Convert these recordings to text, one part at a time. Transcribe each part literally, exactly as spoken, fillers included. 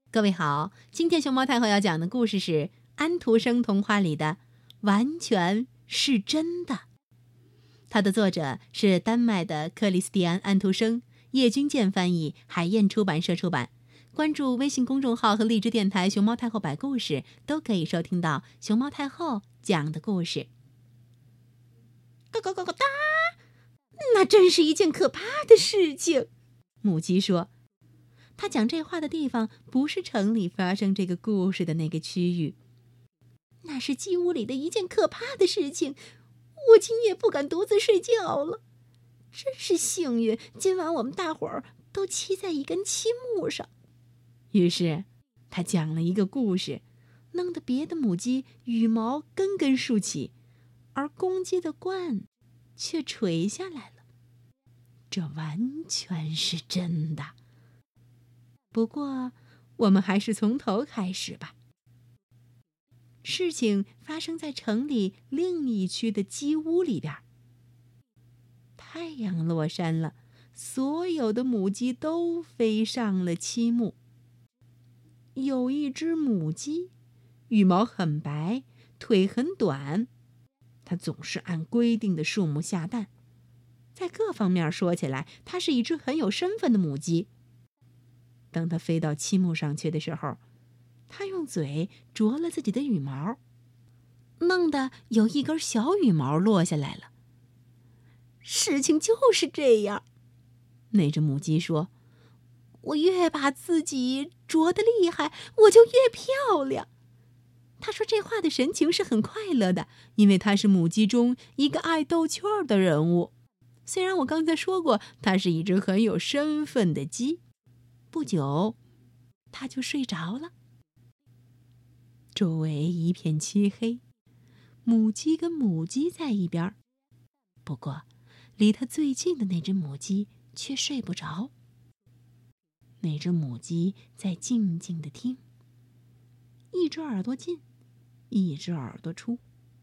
各位好，今天熊猫太后要讲的故事是安徒生童话里的《完全是真的》。它的作者是丹麦的克里斯蒂安·安徒生，叶君健翻译，海燕出版社出版。关注微信公众号和荔枝电台熊猫太后摆故事，都可以收听到熊猫太后讲的故事。 咯咯咯咯哒，那真是一件可怕的事情。 母鸡说，他讲这话的地方不是城里发生这个故事的那个区域， 那是鸡屋里的一件可怕的事情。我今夜不敢独自睡觉了，真是幸运，今晚我们大伙儿都栖在一根漆木上。 于是他讲了一个故事，弄得别的母鸡羽毛根根竖起，而公鸡的冠却垂下来了。这完全是真的。不过我们还是从头开始吧。事情发生在城里另一区的鸡屋里边。太阳落山了，所有的母鸡都飞上了漆木。有一只母鸡，羽毛很白，腿很短，它总是按规定的数目下蛋。在各方面说起来，它是一只很有身份的母鸡。当它飞到漆木上去的时候，它用嘴啄了自己的羽毛，弄得有一根小羽毛落下来了。 事情就是这样， 那只母鸡说， 我越把自己啄得厉害，我就越漂亮。 他说这话的神情是很快乐的，因为他是母鸡中一个爱逗趣儿的人物。虽然我刚才说过，它是一只很有身份的鸡。不久，它就睡着了。周围一片漆黑，母鸡跟母鸡在一边，不过离它最近的那只母鸡却睡不着。那只母鸡在静静地听，一只耳朵进，一只耳朵出。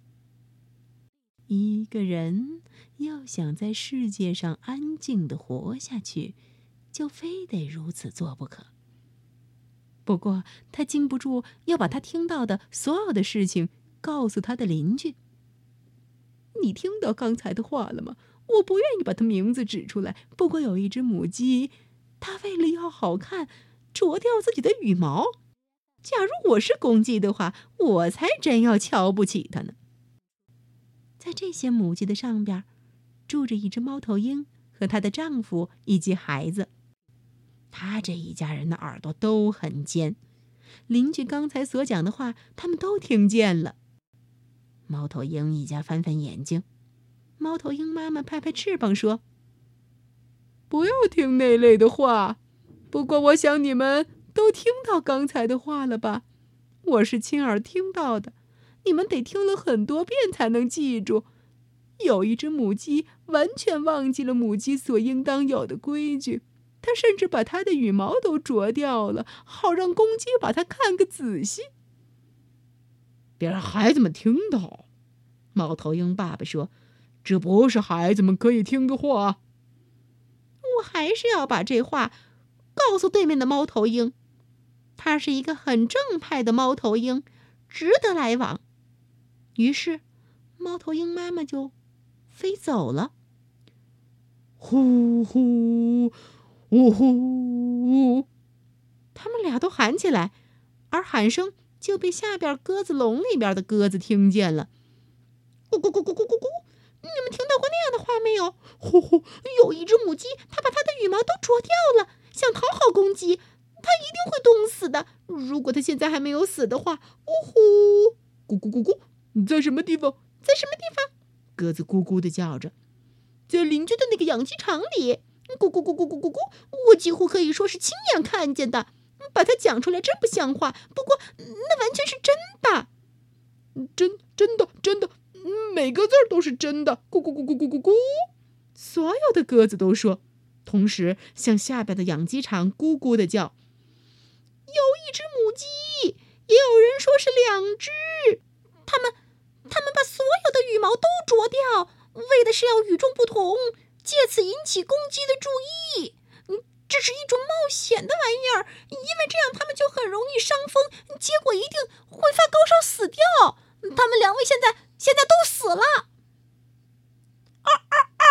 一个人要想在世界上安静地活下去，就非得如此做不可。不过他禁不住要把他听到的所有的事情告诉他的邻居。你听到刚才的话了吗？我不愿意把他名字指出来，不过有一只母鸡，它为了要好看，啄掉自己的羽毛。假如我是公鸡的话，我才真要瞧不起它呢。在这些母鸡的上边，住着一只猫头鹰和她的丈夫以及孩子。他这一家人的耳朵都很尖，邻居刚才所讲的话，他们都听见了。猫头鹰一家翻翻眼睛，猫头鹰妈妈拍拍翅膀说：“不要听那类的话。不过我想你们都听到刚才的话了吧？我是亲耳听到的，你们得听了很多遍才能记住。有一只母鸡完全忘记了母鸡所应当有的规矩。他甚至把他的羽毛都啄掉了，好让公鸡把它看个仔细。”别让孩子们听到，猫头鹰爸爸说，这不是孩子们可以听的话。我还是要把这话告诉对面的猫头鹰，他是一个很正派的猫头鹰，值得来往。于是猫头鹰妈妈就飞走了。呼呼呜呼！他们俩都喊起来，而喊声就被下边鸽子笼里边的鸽子听见了。咕咕咕咕咕咕咕！你们听到过那样的话没有？呼呼！有一只母鸡，它把它的羽毛都啄掉了，想讨好公鸡，它一定会冻死的。如果它现在还没有死的话，呜呼！咕咕咕咕！你在什么地方？在什么地方？鸽子咕咕地叫着。在邻居的那个养鸡场里。咕咕咕咕咕咕咕！我几乎可以说是亲眼看见的。把它讲出来真不像话，不过那完全是真的。真真的真的，每个字都是真的。咕咕咕咕咕咕咕！所有的鸽子都说，同时向下边的养鸡场咕咕地叫。有一只母鸡，也有人说是两只。它们，它们把所有的羽毛都啄掉，为的是要与众不同，借此引起公鸡的注意。 这是一种冒险的玩意儿，因为这样他们就很容易伤风，结果一定会发高烧死掉。他们两位现在现在都死了。啊啊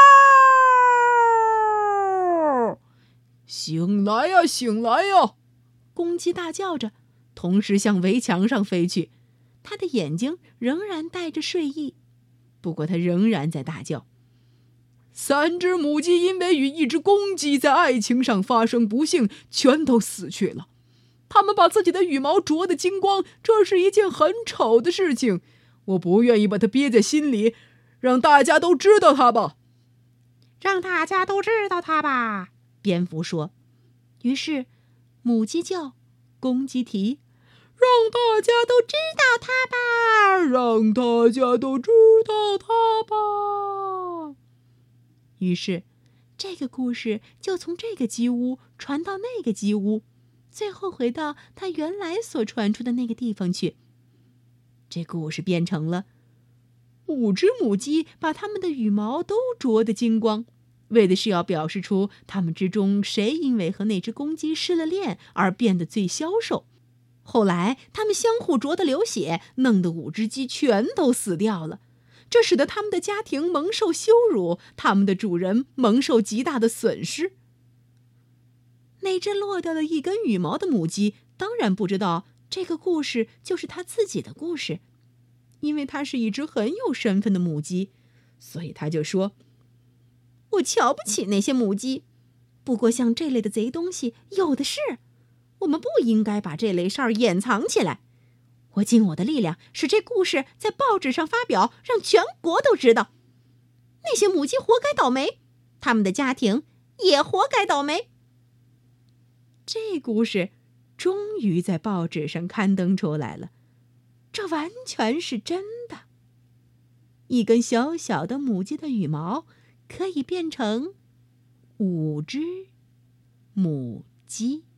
啊！ 醒来呀，醒来呀！ 公鸡大叫着，同时向围墙上飞去。他的眼睛仍然带着睡意，不过他仍然在大叫。 三只母鸡因为与一只公鸡在爱情上发生不幸，全都死去了。它们把自己的羽毛啄得精光，这是一件很丑的事情。我不愿意把它憋在心里，让大家都知道它吧。 让大家都知道它吧，蝙蝠说。于是，母鸡叫，公鸡啼， 让大家都知道它吧，让大家都知道它吧。 于是，这个故事就从这个鸡屋传到那个鸡屋，最后回到它原来所传出的那个地方去。这故事变成了五只母鸡把它们的羽毛都啄得精光，为的是要表示出它们之中谁因为和那只公鸡失了恋而变得最消瘦。后来，它们相互啄得流血，弄得五只鸡全都死掉了。这使得他们的家庭蒙受羞辱，他们的主人蒙受极大的损失。那只落掉了一根羽毛的母鸡当然不知道这个故事就是它自己的故事，因为它是一只很有身份的母鸡，所以它就说： 我瞧不起那些母鸡，不过像这类的贼东西有的是，我们不应该把这类事儿掩藏起来。我尽我的力量，使这故事在报纸上发表，让全国都知道。那些母鸡活该倒霉，他们的家庭也活该倒霉。 这故事终于在报纸上刊登出来了，这完全是真的。一根小小的母鸡的羽毛可以变成五只母鸡。